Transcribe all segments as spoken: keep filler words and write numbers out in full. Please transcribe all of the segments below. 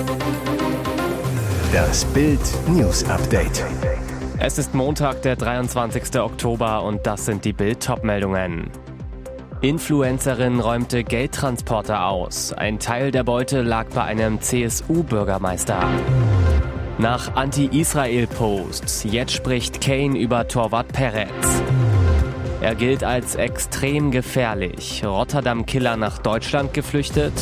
Das Bild News Update. Es ist Montag, der dreiundzwanzigster Oktober und das sind die Bild-Top-Meldungen. Influencerin räumte Geldtransporter aus. Ein Teil der Beute lag bei einem C S U-Bürgermeister. Nach Anti-Israel-Posts. Jetzt spricht Kane über Torwart Peretz. Er gilt als extrem gefährlich. Rotterdam-Killer nach Deutschland geflüchtet.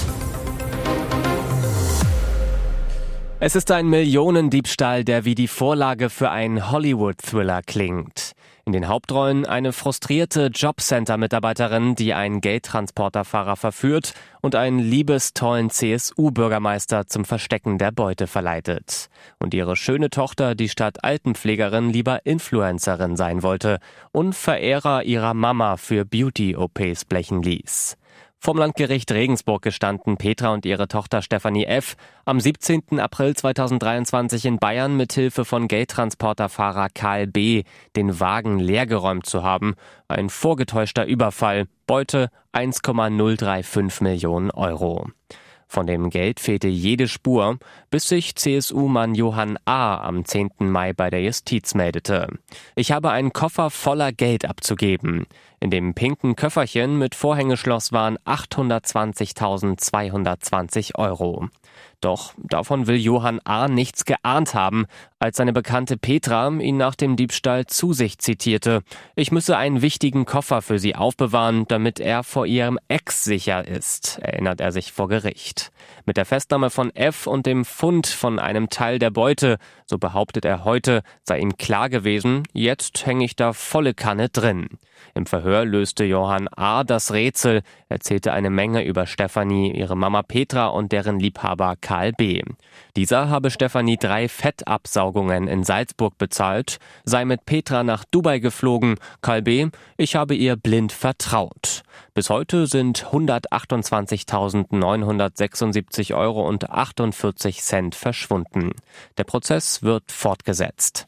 Es ist ein Millionendiebstahl, der wie die Vorlage für einen Hollywood-Thriller klingt. In den Hauptrollen eine frustrierte Jobcenter-Mitarbeiterin, die einen Geldtransporterfahrer verführt und einen liebestollen C S U-Bürgermeister zum Verstecken der Beute verleitet. Und ihre schöne Tochter, die statt Altenpflegerin lieber Influencerin sein wollte und Verehrer ihrer Mama für Beauty-O Ps blechen ließ. Vom Landgericht Regensburg gestanden Petra und ihre Tochter Stefanie F. am siebzehnten April zweitausenddreiundzwanzig in Bayern mit Hilfe von Geldtransporterfahrer Karl B. den Wagen leergeräumt zu haben. Ein vorgetäuschter Überfall. Beute eins Komma null drei fünf Millionen Euro. Von dem Geld fehlte jede Spur, bis sich C S U-Mann Johann A. am zehnten Mai bei der Justiz meldete. Ich habe einen Koffer voller Geld abzugeben. In dem pinken Köfferchen mit Vorhängeschloss waren achthundertzwanzigtausendzweihundertzwanzig Euro. Doch davon will Johann A. nichts geahnt haben, als seine Bekannte Petra ihn nach dem Diebstahl zu sich zitierte. Ich müsse einen wichtigen Koffer für sie aufbewahren, damit er vor ihrem Ex sicher ist, erinnert er sich vor Gericht. Mit der Festnahme von F. und dem Fund von einem Teil der Beute, so behauptet er heute, sei ihm klar gewesen, jetzt hänge ich da volle Kanne drin. Im Verhör löste Johann A. das Rätsel, erzählte eine Menge über Stefanie, ihre Mama Petra und deren Liebhaber Karl B. Dieser habe Stefanie drei Fettabsaugungen in Salzburg bezahlt, sei mit Petra nach Dubai geflogen. Karl B. Ich habe ihr blind vertraut. Bis heute sind hundertachtundzwanzigtausendneunhundertsechsundsiebzig Euro und achtundvierzig Cent verschwunden. Der Prozess wird fortgesetzt.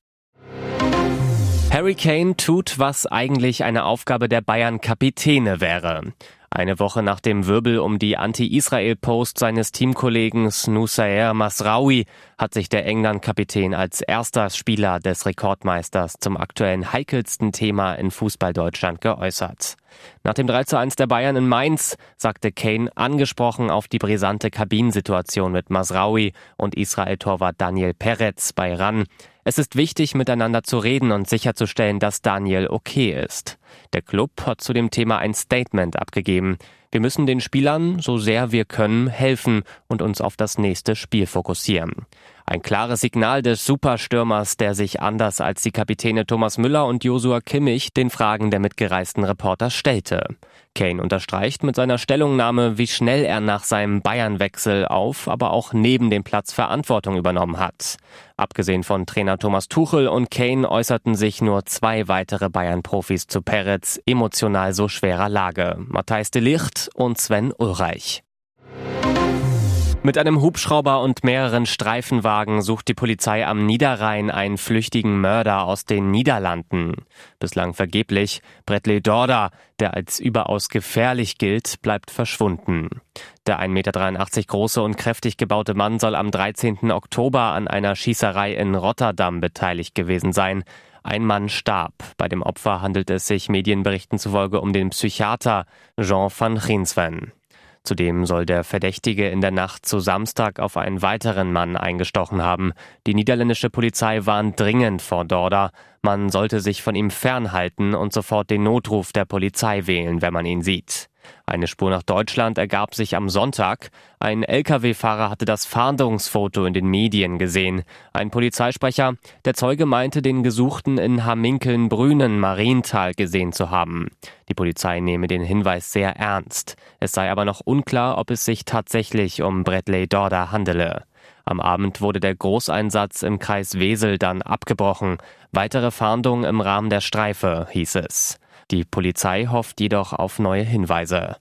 Harry Kane tut, was eigentlich eine Aufgabe der Bayern-Kapitäne wäre. Eine Woche nach dem Wirbel um die Anti-Israel-Post seines Teamkollegen Nussair Mazraoui hat sich der England-Kapitän als erster Spieler des Rekordmeisters zum aktuellen heikelsten Thema in Fußball-Deutschland geäußert. Nach dem drei zu eins der Bayern in Mainz sagte Kane angesprochen auf die brisante Kabinensituation mit Mazraoui und Israel-Torwart Daniel Peretz bei RAN: Es ist wichtig, miteinander zu reden und sicherzustellen, dass Daniel okay ist. Der Club hat zu dem Thema ein Statement abgegeben. Wir müssen den Spielern, so sehr wir können, helfen und uns auf das nächste Spiel fokussieren. Ein klares Signal des Superstürmers, der sich anders als die Kapitäne Thomas Müller und Joshua Kimmich den Fragen der mitgereisten Reporter stellte. Kane unterstreicht mit seiner Stellungnahme, wie schnell er nach seinem Bayern-Wechsel auf, aber auch neben dem Platz Verantwortung übernommen hat. Abgesehen von Trainer Thomas Tuchel und Kane äußerten sich nur zwei weitere Bayern-Profis zu Peretz emotional so schwerer Lage: Matthijs de Ligt und Sven Ulreich. Mit einem Hubschrauber und mehreren Streifenwagen sucht die Polizei am Niederrhein einen flüchtigen Mörder aus den Niederlanden. Bislang vergeblich. Bradley Dorda, der als überaus gefährlich gilt, bleibt verschwunden. Der ein Komma dreiundachtzig Meter große und kräftig gebaute Mann soll am dreizehnten Oktober an einer Schießerei in Rotterdam beteiligt gewesen sein. Ein Mann starb. Bei dem Opfer handelt es sich Medienberichten zufolge um den Psychiater Jean van Grinsven. Zudem soll der Verdächtige in der Nacht zu Samstag auf einen weiteren Mann eingestochen haben. Die niederländische Polizei warnt dringend vor Dorda. Man sollte sich von ihm fernhalten und sofort den Notruf der Polizei wählen, wenn man ihn sieht. Eine Spur nach Deutschland ergab sich am Sonntag. Ein L K W-Fahrer hatte das Fahndungsfoto in den Medien gesehen. Ein Polizeisprecher: Der Zeuge meinte, den Gesuchten in Hamminkeln-Brünen, Marienthal, gesehen zu haben. Die Polizei nehme den Hinweis sehr ernst. Es sei aber noch unklar, ob es sich tatsächlich um Bradley Dorda handele. Am Abend wurde der Großeinsatz im Kreis Wesel dann abgebrochen. Weitere Fahndung im Rahmen der Streife, hieß es. Die Polizei hofft jedoch auf neue Hinweise.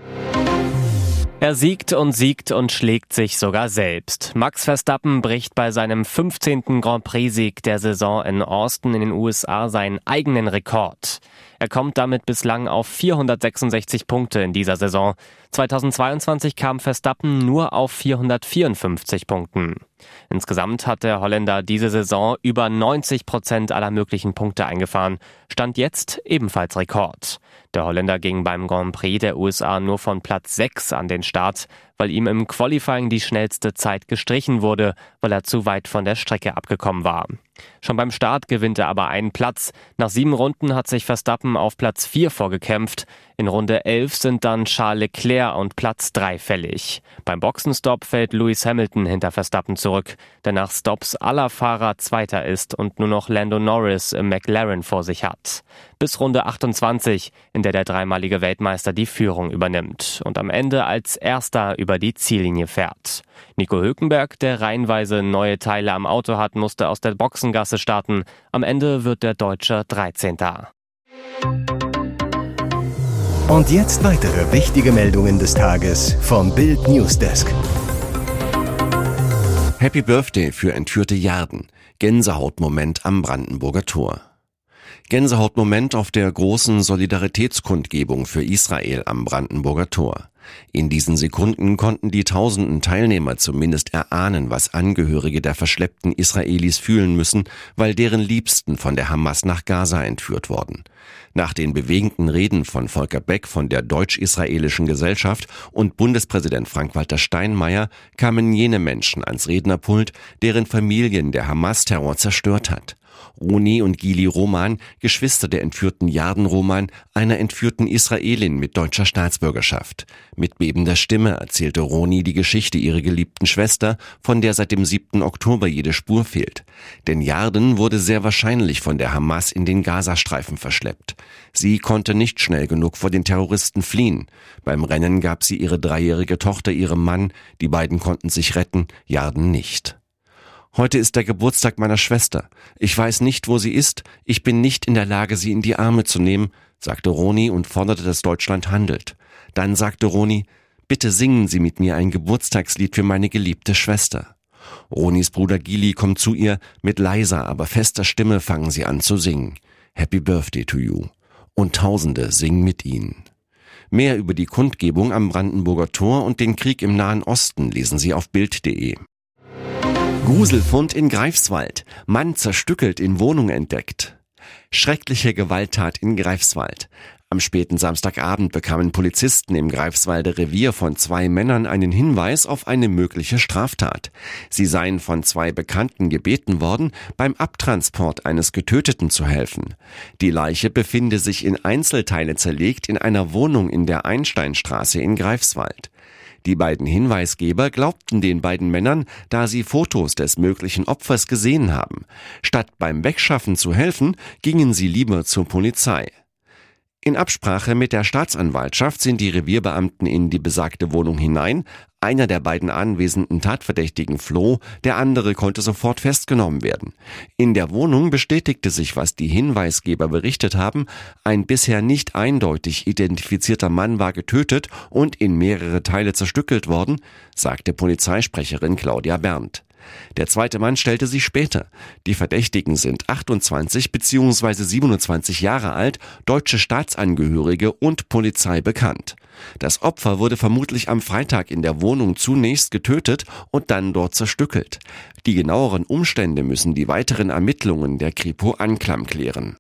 Er siegt und siegt und schlägt sich sogar selbst. Max Verstappen bricht bei seinem fünfzehnten Grand Prix-Sieg der Saison in Austin in den U S A seinen eigenen Rekord. Er kommt damit bislang auf vierhundertsechsundsechzig Punkte in dieser Saison. zweitausendzweiundzwanzig kam Verstappen nur auf vierhundertvierundfünfzig Punkten. Insgesamt hat der Holländer diese Saison über neunzig Prozent aller möglichen Punkte eingefahren. Stand jetzt ebenfalls Rekord. Der Holländer ging beim Grand Prix der U S A nur von Platz sechs an den Start, weil ihm im Qualifying die schnellste Zeit gestrichen wurde, weil er zu weit von der Strecke abgekommen war. Schon beim Start gewinnt er aber einen Platz. Nach sieben Runden hat sich Verstappen auf Platz vier vorgekämpft. In Runde elf sind dann Charles Leclerc und Platz drei fällig. Beim Boxenstopp fällt Lewis Hamilton hinter Verstappen zurück, der nach Stops aller Fahrer Zweiter ist und nur noch Lando Norris im McLaren vor sich hat. Bis Runde achtundzwanzig, in der der dreimalige Weltmeister die Führung übernimmt und am Ende als Erster über die Ziellinie fährt. Nico Hülkenberg, der reihenweise neue Teile am Auto hat, musste aus der Boxengasse starten. Am Ende wird der Deutsche dreizehnter Und jetzt weitere wichtige Meldungen des Tages vom Bild Newsdesk. Happy Birthday für entführte Jarden. Gänsehautmoment am Brandenburger Tor. Gänsehautmoment auf der großen Solidaritätskundgebung für Israel am Brandenburger Tor. In diesen Sekunden konnten die tausenden Teilnehmer zumindest erahnen, was Angehörige der verschleppten Israelis fühlen müssen, weil deren Liebsten von der Hamas nach Gaza entführt wurden. Nach den bewegenden Reden von Volker Beck von der Deutsch-Israelischen Gesellschaft und Bundespräsident Frank-Walter Steinmeier kamen jene Menschen ans Rednerpult, deren Familien der Hamas-Terror zerstört hat. Roni und Gili Roman, Geschwister der entführten Jarden Roman, einer entführten Israelin mit deutscher Staatsbürgerschaft. Mit bebender Stimme erzählte Roni die Geschichte ihrer geliebten Schwester, von der seit dem siebten Oktober jede Spur fehlt. Denn Jarden wurde sehr wahrscheinlich von der Hamas in den Gazastreifen verschleppt. Sie konnte nicht schnell genug vor den Terroristen fliehen. Beim Rennen gab sie ihre dreijährige Tochter ihrem Mann, die beiden konnten sich retten, Jarden nicht. Heute ist der Geburtstag meiner Schwester. Ich weiß nicht, wo sie ist. Ich bin nicht in der Lage, sie in die Arme zu nehmen, sagte Roni und forderte, dass Deutschland handelt. Dann sagte Roni, bitte singen Sie mit mir ein Geburtstagslied für meine geliebte Schwester. Ronis Bruder Gili kommt zu ihr, mit leiser, aber fester Stimme fangen sie an zu singen. Happy Birthday to you. Und Tausende singen mit ihnen. Mehr über die Kundgebung am Brandenburger Tor und den Krieg im Nahen Osten lesen Sie auf bild punkt de. Gruselfund in Greifswald. Mann zerstückelt in Wohnung entdeckt. Schreckliche Gewalttat in Greifswald. Am späten Samstagabend bekamen Polizisten im Greifswalder Revier von zwei Männern einen Hinweis auf eine mögliche Straftat. Sie seien von zwei Bekannten gebeten worden, beim Abtransport eines Getöteten zu helfen. Die Leiche befinde sich in Einzelteile zerlegt in einer Wohnung in der Einsteinstraße in Greifswald. Die beiden Hinweisgeber glaubten den beiden Männern, da sie Fotos des möglichen Opfers gesehen haben. Statt beim Wegschaffen zu helfen, gingen sie lieber zur Polizei. In Absprache mit der Staatsanwaltschaft sind die Revierbeamten in die besagte Wohnung hinein. Einer der beiden anwesenden Tatverdächtigen floh, der andere konnte sofort festgenommen werden. In der Wohnung bestätigte sich, was die Hinweisgeber berichtet haben. Ein bisher nicht eindeutig identifizierter Mann war getötet und in mehrere Teile zerstückelt worden, sagte Polizeisprecherin Claudia Berndt. Der zweite Mann stellte sich später. Die Verdächtigen sind achtundzwanzig bzw. siebenundzwanzig Jahre alt, deutsche Staatsangehörige und Polizei bekannt. Das Opfer wurde vermutlich am Freitag in der Wohnung zunächst getötet und dann dort zerstückelt. Die genaueren Umstände müssen die weiteren Ermittlungen der Kripo Anklam klären.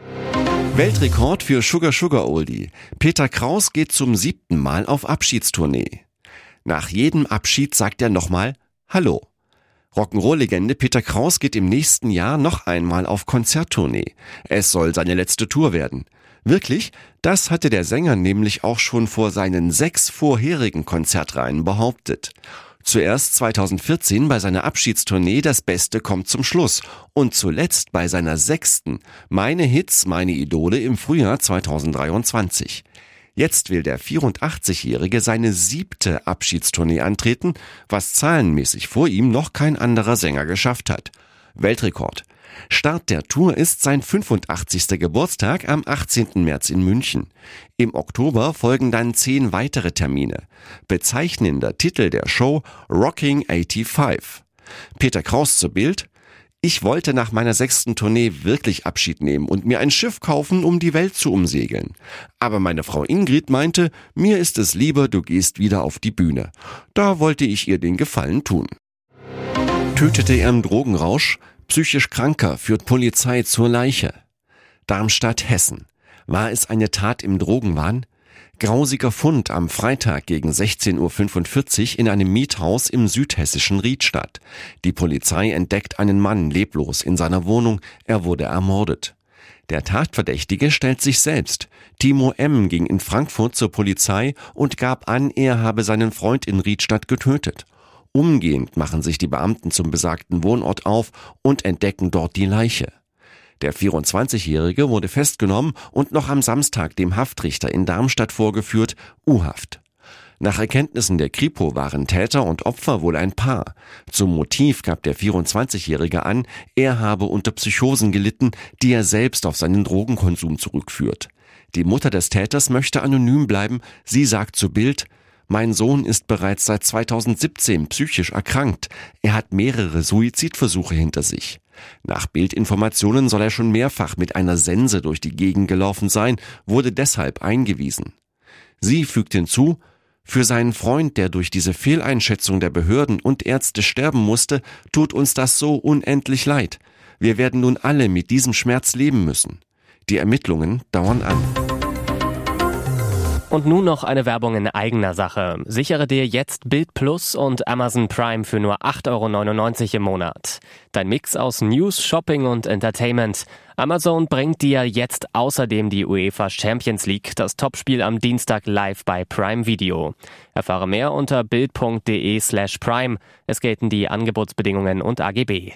Weltrekord für Sugar Sugar Oldie. Peter Kraus geht zum siebten Mal auf Abschiedstournee. Nach jedem Abschied sagt er nochmal Hallo. Rock'n'Roll-Legende Peter Kraus geht im nächsten Jahr noch einmal auf Konzerttournee. Es soll seine letzte Tour werden. Wirklich? Das hatte der Sänger nämlich auch schon vor seinen sechs vorherigen Konzertreihen behauptet. Zuerst zweitausendvierzehn bei seiner Abschiedstournee Das Beste kommt zum Schluss und zuletzt bei seiner sechsten Meine Hits, meine Idole im Frühjahr zweitausenddreiundzwanzig. Jetzt will der vierundachtzigjährige seine siebte Abschiedstournee antreten, was zahlenmäßig vor ihm noch kein anderer Sänger geschafft hat. Weltrekord. Start der Tour ist sein fünfundachtzigster Geburtstag am achtzehnten März in München. Im Oktober folgen dann zehn weitere Termine. Bezeichnender Titel der Show Rocking fünfundachtzig. Peter Kraus zu Bild. Ich wollte nach meiner sechsten Tournee wirklich Abschied nehmen und mir ein Schiff kaufen, um die Welt zu umsegeln. Aber meine Frau Ingrid meinte, mir ist es lieber, du gehst wieder auf die Bühne. Da wollte ich ihr den Gefallen tun. Tötete er im Drogenrausch? Psychisch Kranker führt Polizei zur Leiche. Darmstadt, Hessen. War es eine Tat im Drogenwahn? Grausiger Fund am Freitag gegen sechzehn Uhr fünfundvierzig in einem Miethaus im südhessischen Riedstadt. Die Polizei entdeckt einen Mann leblos in seiner Wohnung. Er wurde ermordet. Der Tatverdächtige stellt sich selbst. Timo M. ging in Frankfurt zur Polizei und gab an, er habe seinen Freund in Riedstadt getötet. Umgehend machen sich die Beamten zum besagten Wohnort auf und entdecken dort die Leiche. Der vierundzwanzigjährige wurde festgenommen und noch am Samstag dem Haftrichter in Darmstadt vorgeführt, U-Haft. Nach Erkenntnissen der Kripo waren Täter und Opfer wohl ein Paar. Zum Motiv gab der vierundzwanzigjährige an, er habe unter Psychosen gelitten, die er selbst auf seinen Drogenkonsum zurückführt. Die Mutter des Täters möchte anonym bleiben. Sie sagt zu Bild: Mein Sohn ist bereits seit zweitausendsiebzehn psychisch erkrankt. Er hat mehrere Suizidversuche hinter sich. Nach Bildinformationen soll er schon mehrfach mit einer Sense durch die Gegend gelaufen sein, wurde deshalb eingewiesen. Sie fügt hinzu: Für seinen Freund, der durch diese Fehleinschätzung der Behörden und Ärzte sterben musste, tut uns das so unendlich leid. Wir werden nun alle mit diesem Schmerz leben müssen. Die Ermittlungen dauern an. Und nun noch eine Werbung in eigener Sache. Sichere dir jetzt Bild Plus und Amazon Prime für nur acht Euro neunundneunzig im Monat. Dein Mix aus News, Shopping und Entertainment. Amazon bringt dir jetzt außerdem die UEFA Champions League, das Topspiel am Dienstag live bei Prime Video. Erfahre mehr unter bild punkt de slash prime. Es gelten die Angebotsbedingungen und A G B.